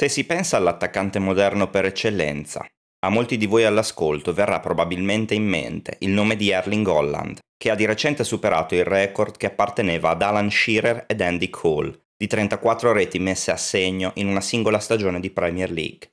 Se si pensa all'attaccante moderno per eccellenza, a molti di voi all'ascolto verrà probabilmente in mente il nome di Erling Haaland, che ha di recente superato il record che apparteneva ad Alan Shearer ed Andy Cole, di 34 reti messe a segno in una singola stagione di Premier League.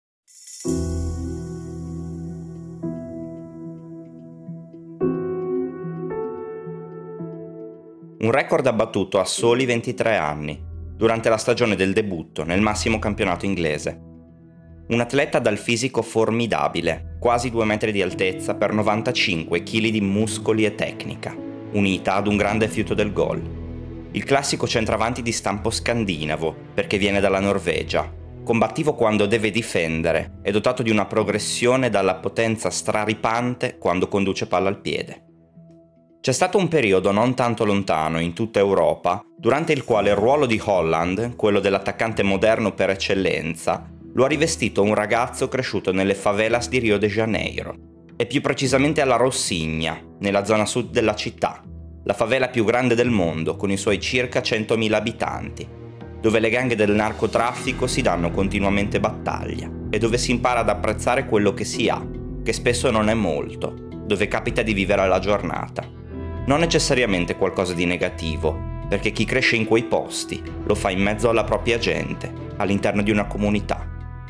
Un record abbattuto a soli 23 anni, durante la stagione del debutto nel massimo campionato inglese. Un atleta dal fisico formidabile, quasi 2 metri di altezza per 95 kg di muscoli e tecnica, unita ad un grande fiuto del gol. Il classico centravanti di stampo scandinavo, perché viene dalla Norvegia, combattivo quando deve difendere e dotato di una progressione dalla potenza straripante quando conduce palla al piede. C'è stato un periodo non tanto lontano in tutta Europa, durante il quale il ruolo di Haaland, quello dell'attaccante moderno per eccellenza, lo ha rivestito un ragazzo cresciuto nelle favelas di Rio de Janeiro, e più precisamente alla Rossigna, nella zona sud della città, la favela più grande del mondo con i suoi circa 100.000 abitanti, dove le gang del narcotraffico si danno continuamente battaglia e dove si impara ad apprezzare quello che si ha, che spesso non è molto, dove capita di vivere alla giornata. Non necessariamente qualcosa di negativo, perché chi cresce in quei posti lo fa in mezzo alla propria gente, all'interno di una comunità.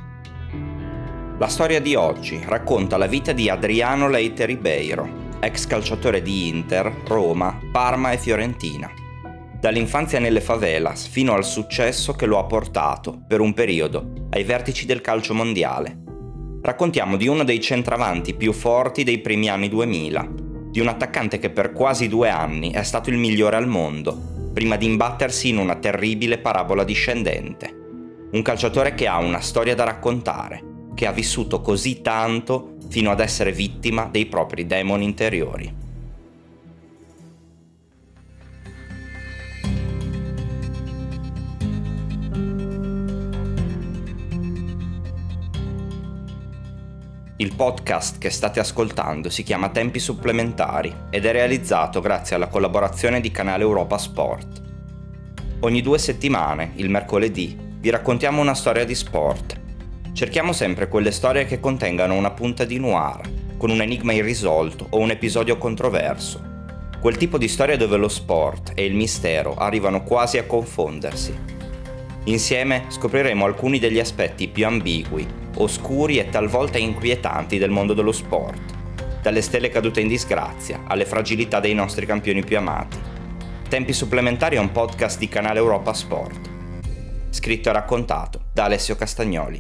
La storia di oggi racconta la vita di Adriano Leite Ribeiro, ex calciatore di Inter, Roma, Parma e Fiorentina. Dall'infanzia nelle favelas fino al successo che lo ha portato, per un periodo, ai vertici del calcio mondiale. Raccontiamo di uno dei centravanti più forti dei primi anni 2000, di un attaccante che per quasi 2 anni è stato il migliore al mondo, prima di imbattersi in una terribile parabola discendente. Un calciatore che ha una storia da raccontare, che ha vissuto così tanto fino ad essere vittima dei propri demoni interiori. Il podcast che state ascoltando si chiama Tempi Supplementari ed è realizzato grazie alla collaborazione di Canale Europa Sport. Ogni 2 settimane, il mercoledì, vi raccontiamo una storia di sport. Cerchiamo sempre quelle storie che contengano una punta di noir, con un enigma irrisolto o un episodio controverso. Quel tipo di storia dove lo sport e il mistero arrivano quasi a confondersi. Insieme scopriremo alcuni degli aspetti più ambigui, oscuri e talvolta inquietanti del mondo dello sport, dalle stelle cadute in disgrazia alle fragilità dei nostri campioni più amati. Tempi Supplementari è un podcast di Canale Europa Sport, scritto e raccontato da Alessio Castagnoli.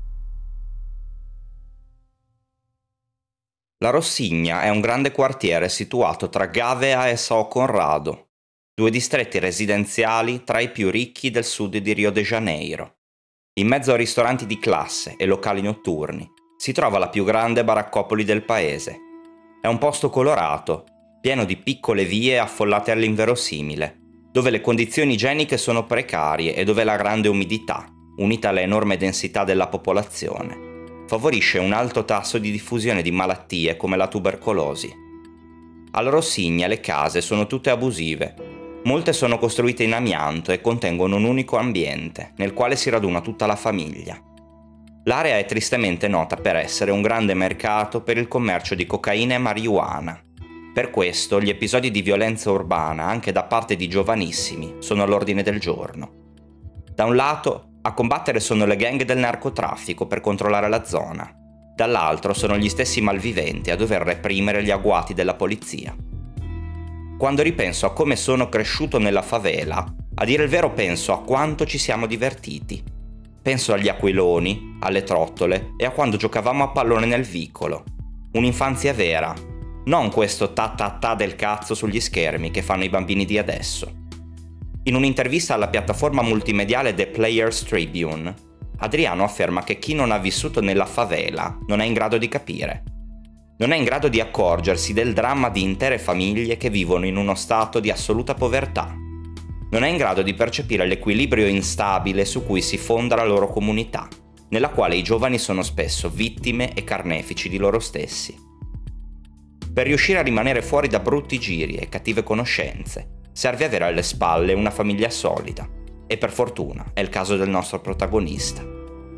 La Rossigna è un grande quartiere situato tra Gavea e São Conrado, 2 distretti residenziali tra i più ricchi del sud di Rio de Janeiro. In mezzo a ristoranti di classe e locali notturni si trova la più grande baraccopoli del paese. È un posto colorato, pieno di piccole vie affollate all'inverosimile, dove le condizioni igieniche sono precarie e dove la grande umidità, unita all'enorme densità della popolazione, favorisce un alto tasso di diffusione di malattie come la tubercolosi. Alla Rossigna le case sono tutte abusive. Molte sono costruite in amianto e contengono un unico ambiente, nel quale si raduna tutta la famiglia. L'area è tristemente nota per essere un grande mercato per il commercio di cocaina e marijuana. Per questo gli episodi di violenza urbana, anche da parte di giovanissimi, sono all'ordine del giorno. Da un lato, a combattere sono le gang del narcotraffico per controllare la zona. Dall'altro sono gli stessi malviventi a dover reprimere gli agguati della polizia. Quando ripenso a come sono cresciuto nella favela, a dire il vero penso a quanto ci siamo divertiti. Penso agli aquiloni, alle trottole e a quando giocavamo a pallone nel vicolo. Un'infanzia vera, non questo ta-ta-ta del cazzo sugli schermi che fanno i bambini di adesso. In un'intervista alla piattaforma multimediale The Players Tribune, Adriano afferma che chi non ha vissuto nella favela non è in grado di capire. Non è in grado di accorgersi del dramma di intere famiglie che vivono in uno stato di assoluta povertà. Non è in grado di percepire l'equilibrio instabile su cui si fonda la loro comunità, nella quale i giovani sono spesso vittime e carnefici di loro stessi. Per riuscire a rimanere fuori da brutti giri e cattive conoscenze, serve avere alle spalle una famiglia solida, e per fortuna è il caso del nostro protagonista.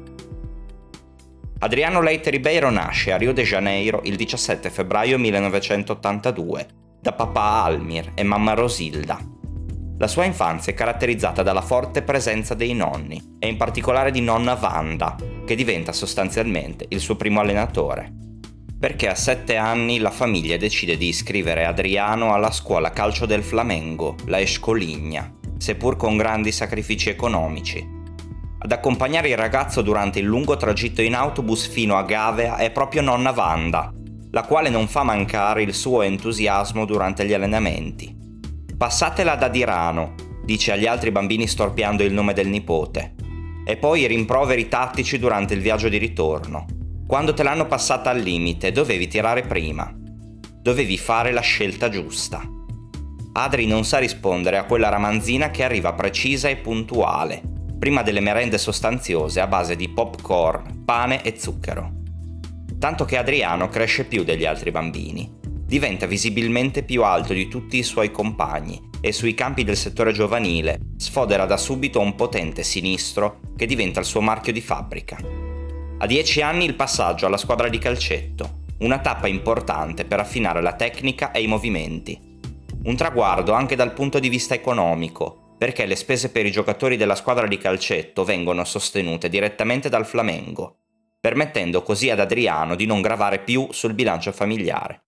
Adriano Leite Ribeiro nasce a Rio de Janeiro il 17 febbraio 1982 da papà Almir e mamma Rosilda. La sua infanzia è caratterizzata dalla forte presenza dei nonni e in particolare di nonna Wanda, che diventa sostanzialmente il suo primo allenatore. Perché a 7 anni la famiglia decide di iscrivere Adriano alla scuola calcio del Flamengo, la Escolinha, seppur con grandi sacrifici economici. Ad accompagnare il ragazzo durante il lungo tragitto in autobus fino a Gavea è proprio nonna Wanda, la quale non fa mancare il suo entusiasmo durante gli allenamenti. «Passatela da Dirano», dice agli altri bambini storpiando il nome del nipote. E poi i rimproveri tattici durante il viaggio di ritorno. Quando te l'hanno passata al limite, dovevi tirare prima. Dovevi fare la scelta giusta. Adri non sa rispondere a quella ramanzina che arriva precisa e puntuale, prima delle merende sostanziose a base di popcorn, pane e zucchero. Tanto che Adriano cresce più degli altri bambini. Diventa visibilmente più alto di tutti i suoi compagni e sui campi del settore giovanile sfodera da subito un potente sinistro che diventa il suo marchio di fabbrica. A 10 anni il passaggio alla squadra di calcetto, una tappa importante per affinare la tecnica e i movimenti. Un traguardo anche dal punto di vista economico, perché le spese per i giocatori della squadra di calcetto vengono sostenute direttamente dal Flamengo, permettendo così ad Adriano di non gravare più sul bilancio familiare.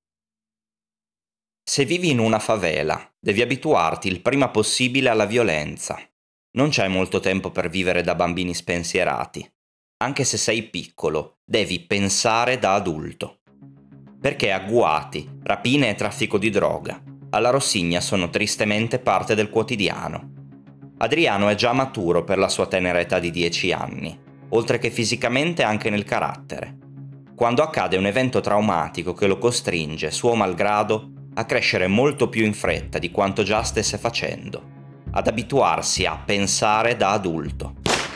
Se vivi in una favela, devi abituarti il prima possibile alla violenza. Non c'è molto tempo per vivere da bambini spensierati. Anche se sei piccolo, devi pensare da adulto. Perché agguati, rapine e traffico di droga, alla Rossigna sono tristemente parte del quotidiano. Adriano è già maturo per la sua tenera età di 10 anni, oltre che fisicamente anche nel carattere. Quando accade un evento traumatico che lo costringe, suo malgrado, a crescere molto più in fretta di quanto già stesse facendo, ad abituarsi a pensare da adulto.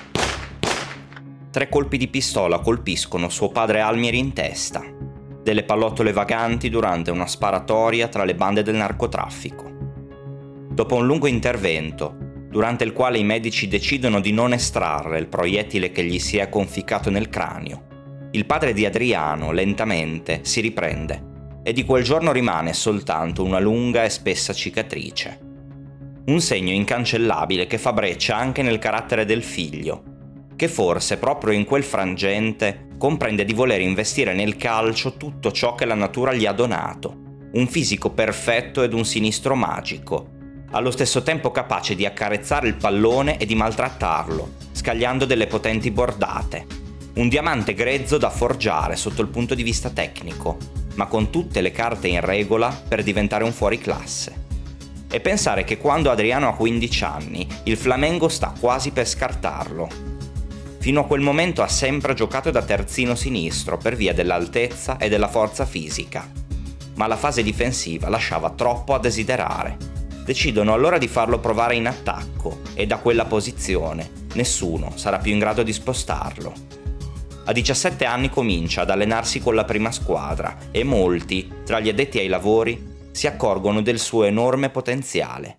3 colpi di pistola colpiscono suo padre Almir in testa, delle pallottole vaganti durante una sparatoria tra le bande del narcotraffico. Dopo un lungo intervento, durante il quale i medici decidono di non estrarre il proiettile che gli si è conficcato nel cranio, il padre di Adriano lentamente si riprende e di quel giorno rimane soltanto una lunga e spessa cicatrice. Un segno incancellabile che fa breccia anche nel carattere del figlio, che forse proprio in quel frangente comprende di voler investire nel calcio tutto ciò che la natura gli ha donato, un fisico perfetto ed un sinistro magico, allo stesso tempo capace di accarezzare il pallone e di maltrattarlo, scagliando delle potenti bordate. Un diamante grezzo da forgiare sotto il punto di vista tecnico, ma con tutte le carte in regola per diventare un fuoriclasse. E pensare che quando Adriano ha 15 anni, il Flamengo sta quasi per scartarlo. Fino a quel momento ha sempre giocato da terzino sinistro per via dell'altezza e della forza fisica, ma la fase difensiva lasciava troppo a desiderare. Decidono allora di farlo provare in attacco e da quella posizione nessuno sarà più in grado di spostarlo. A 17 anni comincia ad allenarsi con la prima squadra e molti, tra gli addetti ai lavori, si accorgono del suo enorme potenziale.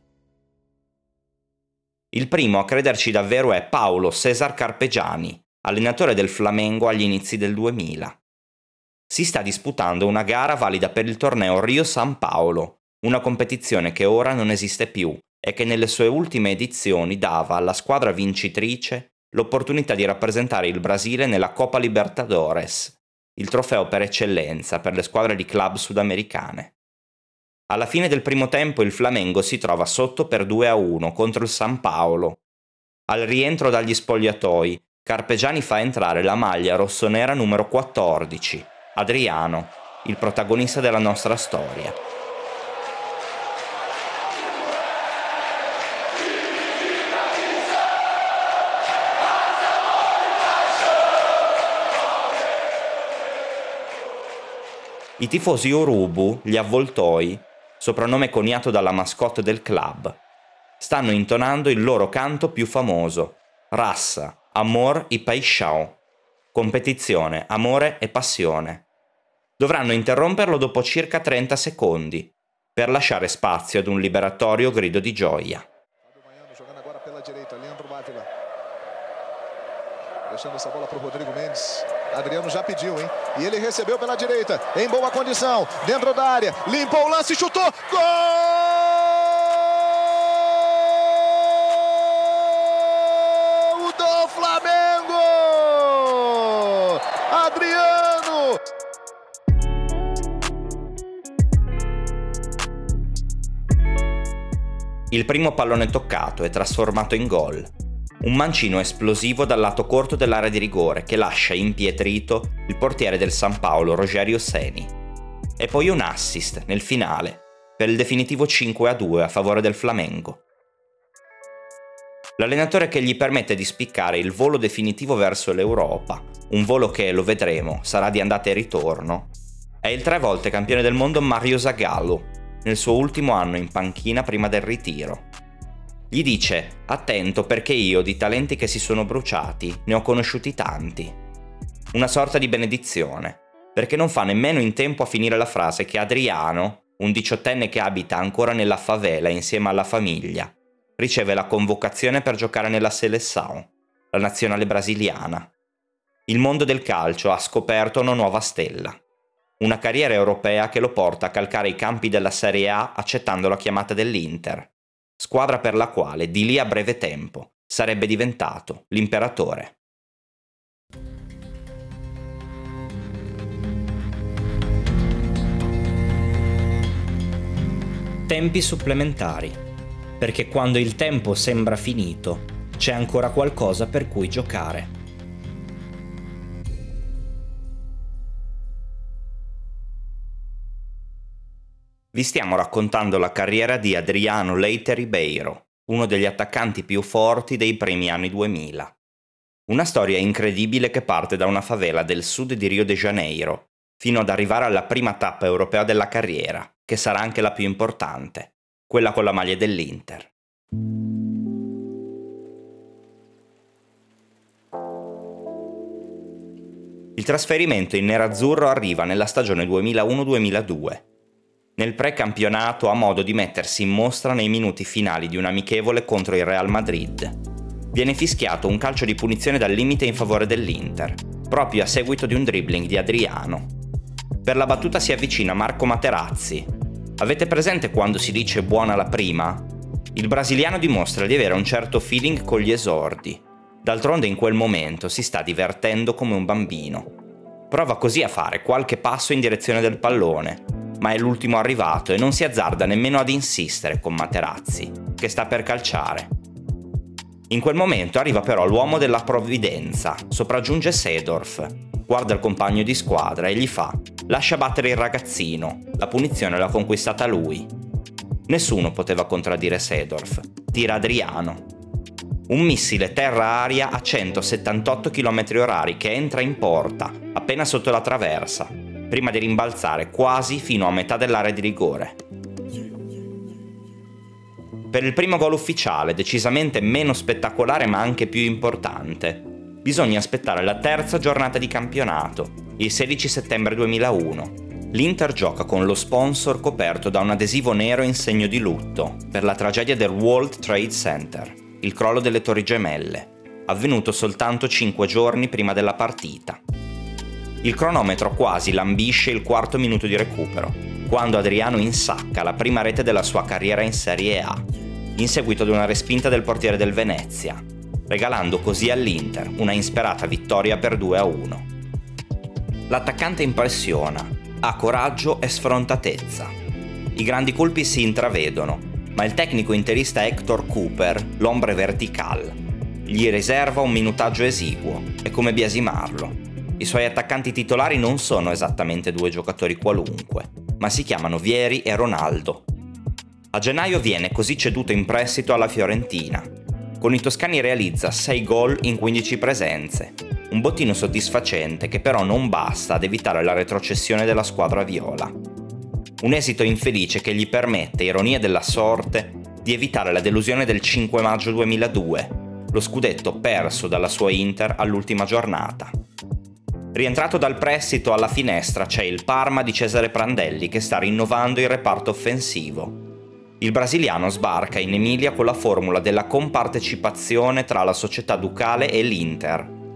Il primo a crederci davvero è Paulo César Carpegiani, allenatore del Flamengo agli inizi del 2000. Si sta disputando una gara valida per il torneo Rio San Paolo, una competizione che ora non esiste più e che nelle sue ultime edizioni dava alla squadra vincitrice l'opportunità di rappresentare il Brasile nella Copa Libertadores, il trofeo per eccellenza per le squadre di club sudamericane. Alla fine del primo tempo il Flamengo si trova sotto per 2-1 contro il San Paolo. Al rientro dagli spogliatoi, Carpegiani fa entrare la maglia rossonera numero 14, Adriano, il protagonista della nostra storia. I tifosi Urubu, gli avvoltoi, soprannome coniato dalla mascotte del club, stanno intonando il loro canto più famoso, Raça, Amor y Paixão, competizione, amore e passione. Dovranno interromperlo dopo circa 30 secondi, per lasciare spazio ad un liberatorio grido di gioia. Deixando essa bola para o Rodrigo Mendes. Adriano já pediu, hein? E ele recebeu pela direita, em boa condição, dentro da área, limpou o lance, chutou, gol do Flamengo! Adriano! Il primo pallone toccato è trasformato in gol. Un mancino esplosivo dal lato corto dell'area di rigore che lascia impietrito il portiere del San Paolo Rogerio Ceni. E poi un assist nel finale per il definitivo 5-2 a favore del Flamengo. L'allenatore che gli permette di spiccare il volo definitivo verso l'Europa, un volo che, lo vedremo, sarà di andata e ritorno, è il 3 volte campione del mondo Mario Zagallo, nel suo ultimo anno in panchina prima del ritiro. Gli dice: attento perché io di talenti che si sono bruciati ne ho conosciuti tanti. Una sorta di benedizione, perché non fa nemmeno in tempo a finire la frase che Adriano, un 18enne che abita ancora nella favela insieme alla famiglia, riceve la convocazione per giocare nella Seleção, la nazionale brasiliana. Il mondo del calcio ha scoperto una nuova stella. Una carriera europea che lo porta a calcare i campi della Serie A accettando la chiamata dell'Inter, squadra per la quale di lì a breve tempo sarebbe diventato l'imperatore. Tempi supplementari, perché quando il tempo sembra finito, c'è ancora qualcosa per cui giocare. Vi stiamo raccontando la carriera di Adriano Leite Ribeiro, uno degli attaccanti più forti dei primi anni 2000. Una storia incredibile che parte da una favela del sud di Rio de Janeiro, fino ad arrivare alla prima tappa europea della carriera, che sarà anche la più importante, quella con la maglia dell'Inter. Il trasferimento in nerazzurro arriva nella stagione 2001-2002. Nel pre-campionato ha modo di mettersi in mostra nei minuti finali di un amichevole contro il Real Madrid. Viene fischiato un calcio di punizione dal limite in favore dell'Inter, proprio a seguito di un dribbling di Adriano. Per la battuta si avvicina Marco Materazzi. Avete presente quando si dice buona la prima? Il brasiliano dimostra di avere un certo feeling con gli esordi. D'altronde in quel momento si sta divertendo come un bambino. Prova così a fare qualche passo in direzione del pallone, ma è l'ultimo arrivato e non si azzarda nemmeno ad insistere con Materazzi, che sta per calciare. In quel momento arriva però l'uomo della provvidenza, sopraggiunge Seedorf, guarda il compagno di squadra e gli fa: lascia battere il ragazzino, la punizione l'ha conquistata lui. Nessuno poteva contraddire Seedorf, tira Adriano. Un missile terra-aria a 178 km/h che entra in porta, appena sotto la traversa, prima di rimbalzare quasi fino a metà dell'area di rigore. Per il primo gol ufficiale, decisamente meno spettacolare ma anche più importante, bisogna aspettare la terza giornata di campionato, il 16 settembre 2001. L'Inter gioca con lo sponsor coperto da un adesivo nero in segno di lutto per la tragedia del World Trade Center, il crollo delle Torri Gemelle, avvenuto soltanto 5 giorni prima della partita. Il cronometro quasi lambisce il quarto minuto di recupero, quando Adriano insacca la prima rete della sua carriera in Serie A, in seguito ad una respinta del portiere del Venezia, regalando così all'Inter una insperata vittoria per 2-1. L'attaccante impressiona, ha coraggio e sfrontatezza. I grandi colpi si intravedono, ma il tecnico interista Héctor Cooper, l'ombre vertical, gli riserva un minutaggio esiguo, è come biasimarlo. I suoi attaccanti titolari non sono esattamente due giocatori qualunque, ma si chiamano Vieri e Ronaldo. A gennaio viene così ceduto in prestito alla Fiorentina. Con i toscani realizza 6 gol in 15 presenze, un bottino soddisfacente che però non basta ad evitare la retrocessione della squadra viola. Un esito infelice che gli permette, ironia della sorte, di evitare la delusione del 5 maggio 2002, lo scudetto perso dalla sua Inter all'ultima giornata. Rientrato dal prestito, alla finestra c'è il Parma di Cesare Prandelli che sta rinnovando il reparto offensivo. Il brasiliano sbarca in Emilia con la formula della compartecipazione tra la società ducale e l'Inter,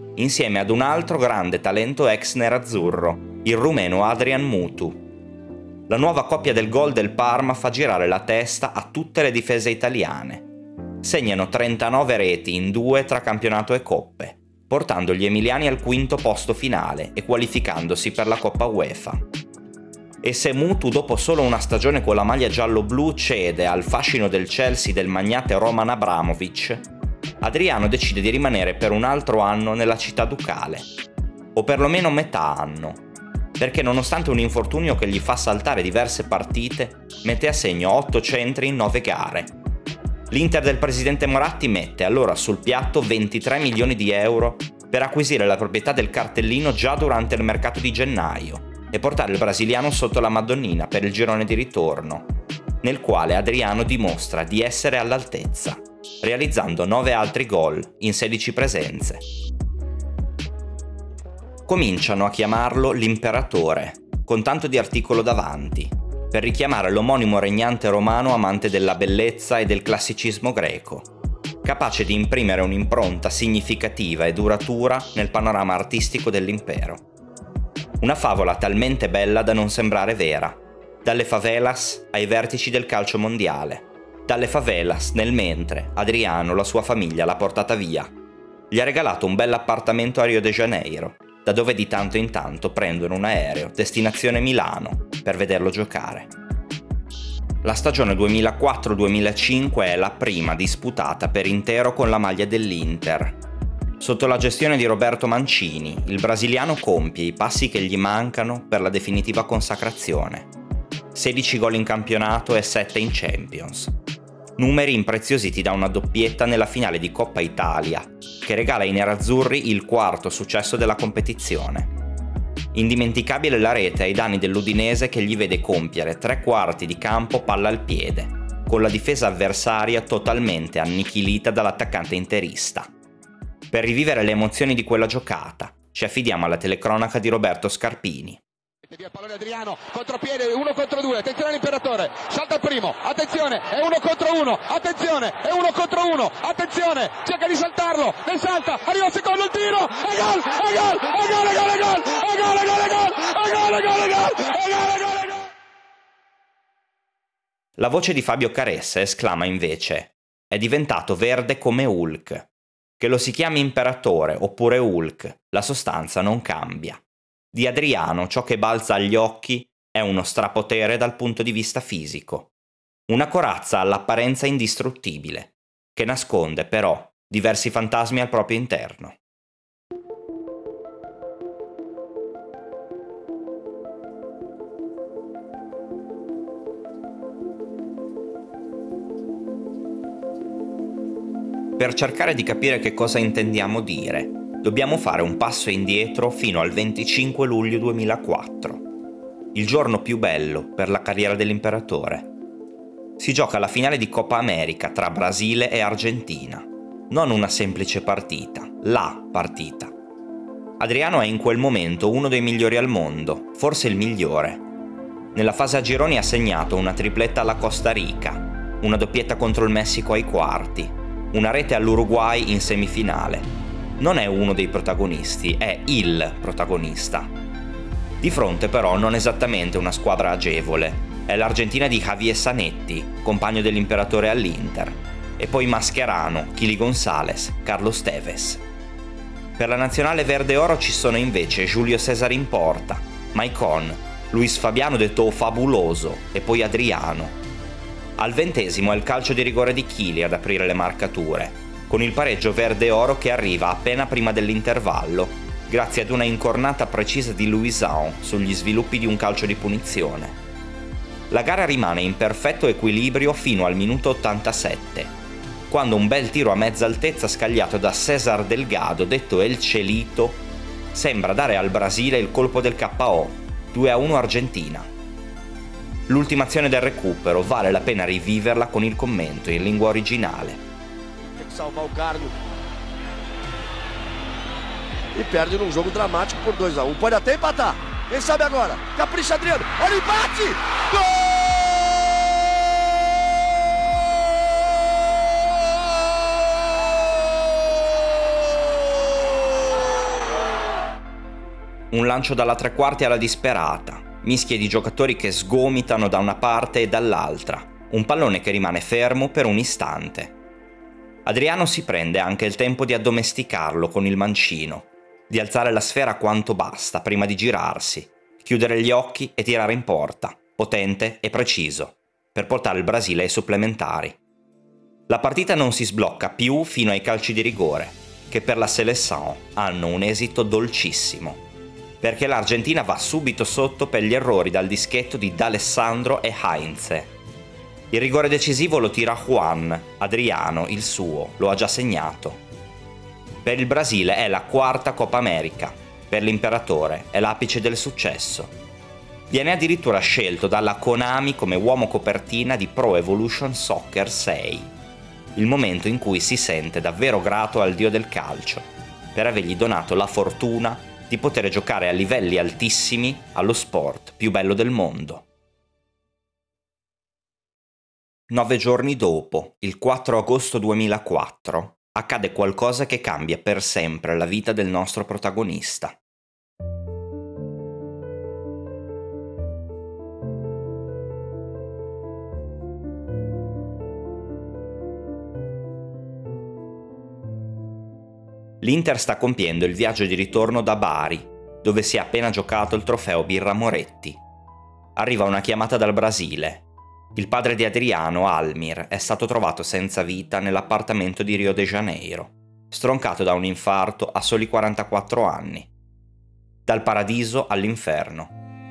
insieme ad un altro grande talento ex nerazzurro, il rumeno Adrian Mutu. La nuova coppia del gol del Parma fa girare la testa a tutte le difese italiane. Segnano 39 reti in 2 tra campionato e coppe, portando gli emiliani al quinto posto finale e qualificandosi per la Coppa UEFA. E se Mutu dopo solo una stagione con la maglia giallo-blu cede al fascino del Chelsea del magnate Roman Abramovich, Adriano decide di rimanere per un altro anno nella città ducale, o perlomeno metà anno, perché nonostante un infortunio che gli fa saltare diverse partite, mette a segno 8 centri in 9 gare. L'Inter del presidente Moratti mette allora sul piatto 23 milioni di euro per acquisire la proprietà del cartellino già durante il mercato di gennaio e portare il brasiliano sotto la Madonnina per il girone di ritorno, nel quale Adriano dimostra di essere all'altezza, realizzando 9 altri gol in 16 presenze. Cominciano a chiamarlo l'imperatore, con tanto di articolo davanti, per richiamare l'omonimo regnante romano amante della bellezza e del classicismo greco, capace di imprimere un'impronta significativa e duratura nel panorama artistico dell'impero. Una favola talmente bella da non sembrare vera, dalle favelas ai vertici del calcio mondiale, dalle favelas nel mentre Adriano la sua famiglia l'ha portata via. Gli ha regalato un bell'appartamento a Rio de Janeiro, da dove di tanto in tanto prendono un aereo destinazione Milano per vederlo giocare. La stagione 2004-2005 è la prima disputata per intero con la maglia dell'Inter. Sotto la gestione di Roberto Mancini, il brasiliano compie i passi che gli mancano per la definitiva consacrazione. 16 gol in campionato e 7 in Champions. Numeri impreziositi da una doppietta nella finale di Coppa Italia, che regala ai nerazzurri il quarto successo della competizione. Indimenticabile la rete ai danni dell'Udinese che gli vede compiere 3/4 di campo palla al piede, con la difesa avversaria totalmente annichilita dall'attaccante interista. Per rivivere le emozioni di quella giocata, ci affidiamo alla telecronaca di Roberto Scarpini. Via il pallone Adriano, contropiede, 1 contro 2, attenzione all'imperatore, salta il primo, attenzione, è 1 contro 1, attenzione, è 1 contro 1, attenzione, cerca di saltarlo, ne salta, arriva il secondo, il tiro, e gol, e gol, e gol, e gol, e gol, e gol, e gol, e gol, e gol, e gol, e gol, e gol. La voce di Fabio Caressa esclama invece: è diventato verde come Hulk. Che lo si chiami imperatore oppure Hulk, la sostanza non cambia. Di Adriano ciò che balza agli occhi è uno strapotere dal punto di vista fisico. Una corazza all'apparenza indistruttibile, che nasconde però diversi fantasmi al proprio interno. Per cercare di capire che cosa intendiamo dire, dobbiamo fare un passo indietro fino al 25 luglio 2004, il giorno più bello per la carriera dell'imperatore. Si gioca la finale di Coppa America tra Brasile e Argentina, non una semplice partita, la partita. Adriano è in quel momento uno dei migliori al mondo, forse il migliore. Nella fase a gironi ha segnato una tripletta alla Costa Rica, una doppietta contro il Messico ai quarti, una rete all'Uruguay in semifinale. Non è uno dei protagonisti, è il protagonista. Di fronte però non esattamente una squadra agevole, è l'Argentina di Javier Zanetti, compagno dell'imperatore all'Inter, e poi Mascherano, Kili González, Carlos Tevez. Per la nazionale verde-oro ci sono invece Julio César in porta, Maicon, Luis Fabiano detto Fabuloso e poi Adriano. Al 20° è il calcio di rigore di Kili ad aprire le marcature, con il pareggio verde-oro che arriva appena prima dell'intervallo, grazie ad una incornata precisa di Luisão sugli sviluppi di un calcio di punizione. La gara rimane in perfetto equilibrio fino al minuto 87, quando un bel tiro a mezza altezza scagliato da César Delgado, detto El Chelito, sembra dare al Brasile il colpo del KO, 2-1 Argentina. L'ultima azione del recupero vale la pena riviverla con il commento in lingua originale. Salvar o Carlos e perde num jogo dramático por 2-1. Pode até empatar. Quem sabe agora? Capricha Adriano. Olha o empate! Gol! un lancio dalla tre quarti alla disperata, mischie di giocatori che sgomitano da una parte e dall'altra, un pallone che rimane fermo per un istante. Adriano si prende anche il tempo di addomesticarlo con il mancino, di alzare la sfera quanto basta prima di girarsi, chiudere gli occhi e tirare in porta, potente e preciso, per portare il Brasile ai supplementari. La partita non si sblocca più fino ai calci di rigore, che per la Seleção hanno un esito dolcissimo, perché l'Argentina va subito sotto per gli errori dal dischetto di D'Alessandro e Heinze. Il rigore decisivo lo tira Juan, Adriano, il suo, lo ha già segnato. Per il Brasile è la quarta Coppa America, per l'imperatore è l'apice del successo. Viene addirittura scelto dalla Konami come uomo copertina di Pro Evolution Soccer 6, il momento in cui si sente davvero grato al dio del calcio, per avergli donato la fortuna di poter giocare a livelli altissimi allo sport più bello del mondo. 9 giorni dopo, il 4 agosto 2004, accade qualcosa che cambia per sempre la vita del nostro protagonista. L'Inter sta compiendo il viaggio di ritorno da Bari, dove si è appena giocato il trofeo Birra Moretti. Arriva una chiamata dal Brasile. Il padre di Adriano, Almir, è stato trovato senza vita nell'appartamento di Rio de Janeiro, stroncato da un infarto a soli 44 anni. Dal paradiso all'inferno.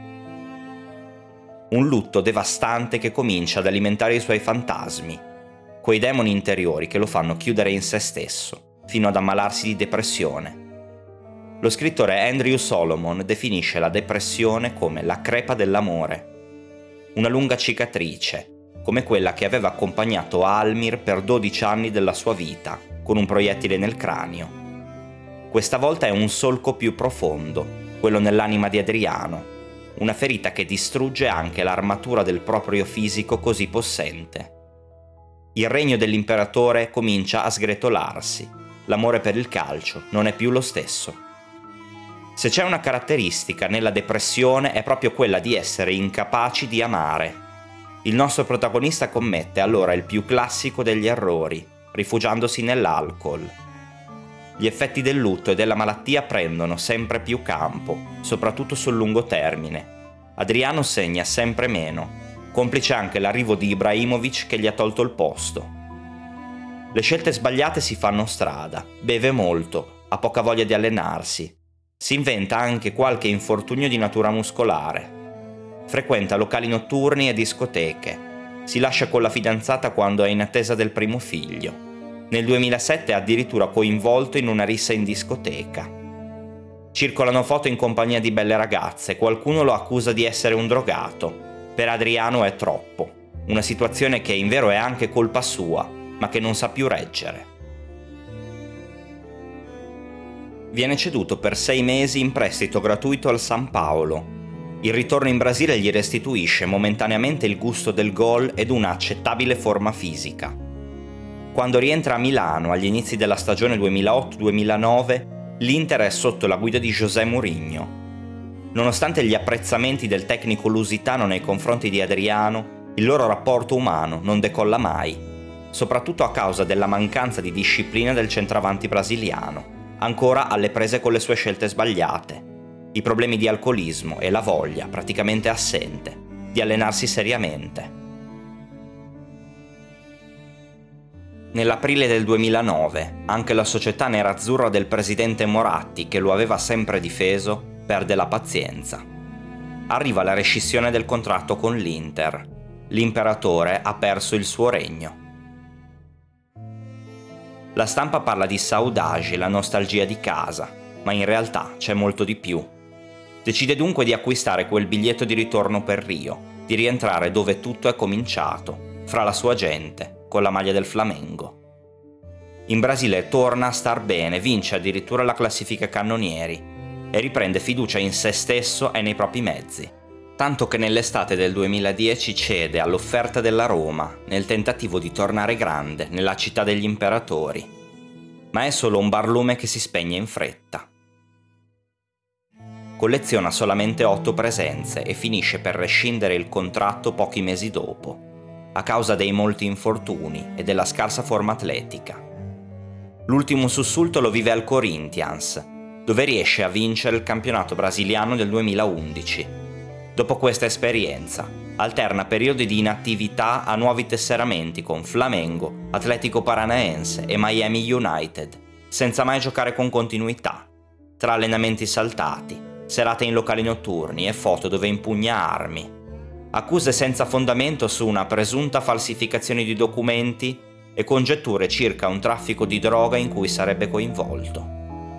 Un lutto devastante che comincia ad alimentare i suoi fantasmi, quei demoni interiori che lo fanno chiudere in se stesso, fino ad ammalarsi di depressione. Lo scrittore Andrew Solomon definisce la depressione come la crepa dell'amore, una lunga cicatrice, come quella che aveva accompagnato Almir per 12 anni della sua vita, con un proiettile nel cranio. Questa volta è un solco più profondo, quello nell'anima di Adriano, una ferita che distrugge anche l'armatura del proprio fisico così possente. Il regno dell'imperatore comincia a sgretolarsi, l'amore per il calcio non è più lo stesso. Se c'è una caratteristica nella depressione è proprio quella di essere incapaci di amare. Il nostro protagonista commette allora il più classico degli errori, rifugiandosi nell'alcol. Gli effetti del lutto e della malattia prendono sempre più campo, soprattutto sul lungo termine. Adriano segna sempre meno, complice anche l'arrivo di Ibrahimovic che gli ha tolto il posto. Le scelte sbagliate si fanno strada, beve molto, ha poca voglia di allenarsi. Si inventa anche qualche infortunio di natura muscolare. Frequenta locali notturni e discoteche. Si lascia con la fidanzata quando è in attesa del primo figlio. Nel 2007 è addirittura coinvolto in una rissa in discoteca. Circolano foto in compagnia di belle ragazze, qualcuno lo accusa di essere un drogato. Per Adriano è troppo. Una situazione che invero è anche colpa sua, ma che non sa più reggere. Viene ceduto per 6 mesi in prestito gratuito al San Paolo. Il ritorno in Brasile gli restituisce momentaneamente il gusto del gol ed una accettabile forma fisica. Quando rientra a Milano agli inizi della stagione 2008-2009, l'Inter è sotto la guida di José Mourinho. Nonostante gli apprezzamenti del tecnico lusitano nei confronti di Adriano, il loro rapporto umano non decolla mai, soprattutto a causa della mancanza di disciplina del centravanti brasiliano, ancora alle prese con le sue scelte sbagliate, i problemi di alcolismo e la voglia, praticamente assente, di allenarsi seriamente. Nell'aprile del 2009, anche la società nerazzurra del presidente Moratti, che lo aveva sempre difeso, perde la pazienza. Arriva la rescissione del contratto con l'Inter. L'imperatore ha perso il suo regno. La stampa parla di saudade, la nostalgia di casa, ma in realtà c'è molto di più. Decide dunque di acquistare quel biglietto di ritorno per Rio, di rientrare dove tutto è cominciato, fra la sua gente, con la maglia del Flamengo. In Brasile torna a star bene, vince addirittura la classifica cannonieri e riprende fiducia in se stesso e nei propri mezzi, tanto che nell'estate del 2010 cede all'offerta della Roma nel tentativo di tornare grande nella città degli imperatori. Ma è solo un barlume che si spegne in fretta. colleziona solamente 8 presenze e finisce per rescindere il contratto pochi mesi dopo, a causa dei molti infortuni e della scarsa forma atletica. L'ultimo sussulto lo vive al Corinthians, dove riesce a vincere il campionato brasiliano del 2011. Dopo questa esperienza, alterna periodi di inattività a nuovi tesseramenti con Flamengo, Atletico Paranaense e Miami United, senza mai giocare con continuità, tra allenamenti saltati, serate in locali notturni e foto dove impugna armi. Accuse senza fondamento su una presunta falsificazione di documenti e congetture circa un traffico di droga in cui sarebbe coinvolto.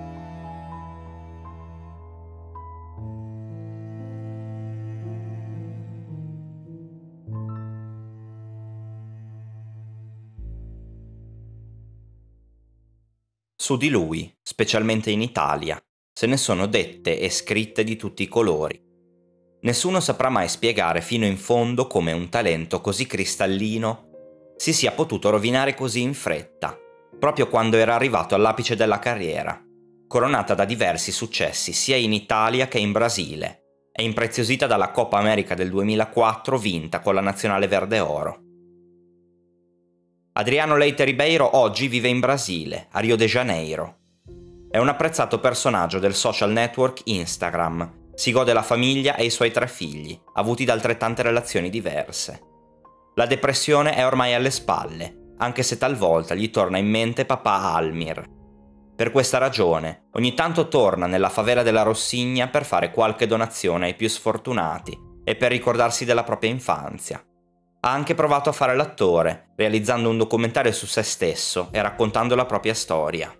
Su di lui, specialmente in Italia, se ne sono dette e scritte di tutti i colori. Nessuno saprà mai spiegare fino in fondo come un talento così cristallino si sia potuto rovinare così in fretta, proprio quando era arrivato all'apice della carriera, coronata da diversi successi sia in Italia che in Brasile, e impreziosita dalla Coppa America del 2004 vinta con la nazionale verde-oro. Adriano Leite Ribeiro oggi vive in Brasile, a Rio de Janeiro. È un apprezzato personaggio del social network Instagram, si gode la famiglia e i suoi 3 figli, avuti da altrettante relazioni diverse. La depressione è ormai alle spalle, anche se talvolta gli torna in mente papà Almir. Per questa ragione, ogni tanto torna nella favela della Rossigna per fare qualche donazione ai più sfortunati e per ricordarsi della propria infanzia. Ha anche provato a fare l'attore, realizzando un documentario su se stesso e raccontando la propria storia.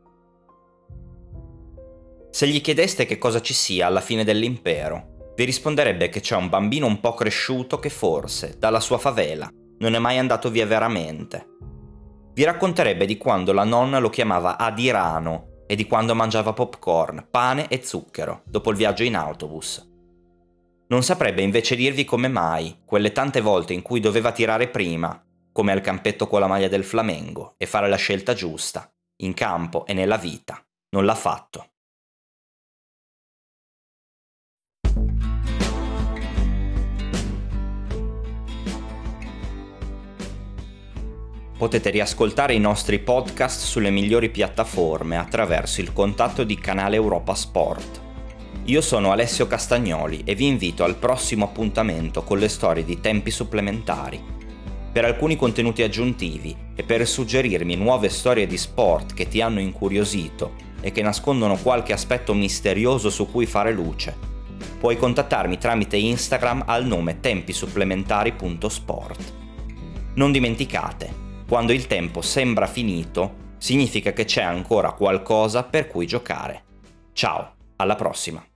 Se gli chiedeste che cosa ci sia alla fine dell'impero, vi risponderebbe che c'è un bambino un po' cresciuto che forse, dalla sua favela, non è mai andato via veramente. Vi racconterebbe di quando la nonna lo chiamava Adirano e di quando mangiava popcorn, pane e zucchero dopo il viaggio in autobus. Non saprebbe invece dirvi come mai, quelle tante volte in cui doveva tirare prima, come al campetto con la maglia del Flamengo, e fare la scelta giusta, in campo e nella vita, non l'ha fatto. Potete riascoltare i nostri podcast sulle migliori piattaforme attraverso il contatto di Canale Europa Sport. Io sono Alessio Castagnoli e vi invito al prossimo appuntamento con le storie di Tempi Supplementari. Per alcuni contenuti aggiuntivi e per suggerirmi nuove storie di sport che ti hanno incuriosito e che nascondono qualche aspetto misterioso su cui fare luce, puoi contattarmi tramite Instagram al nome tempisupplementari.sport. Non dimenticate, quando il tempo sembra finito, significa che c'è ancora qualcosa per cui giocare. Ciao, alla prossima!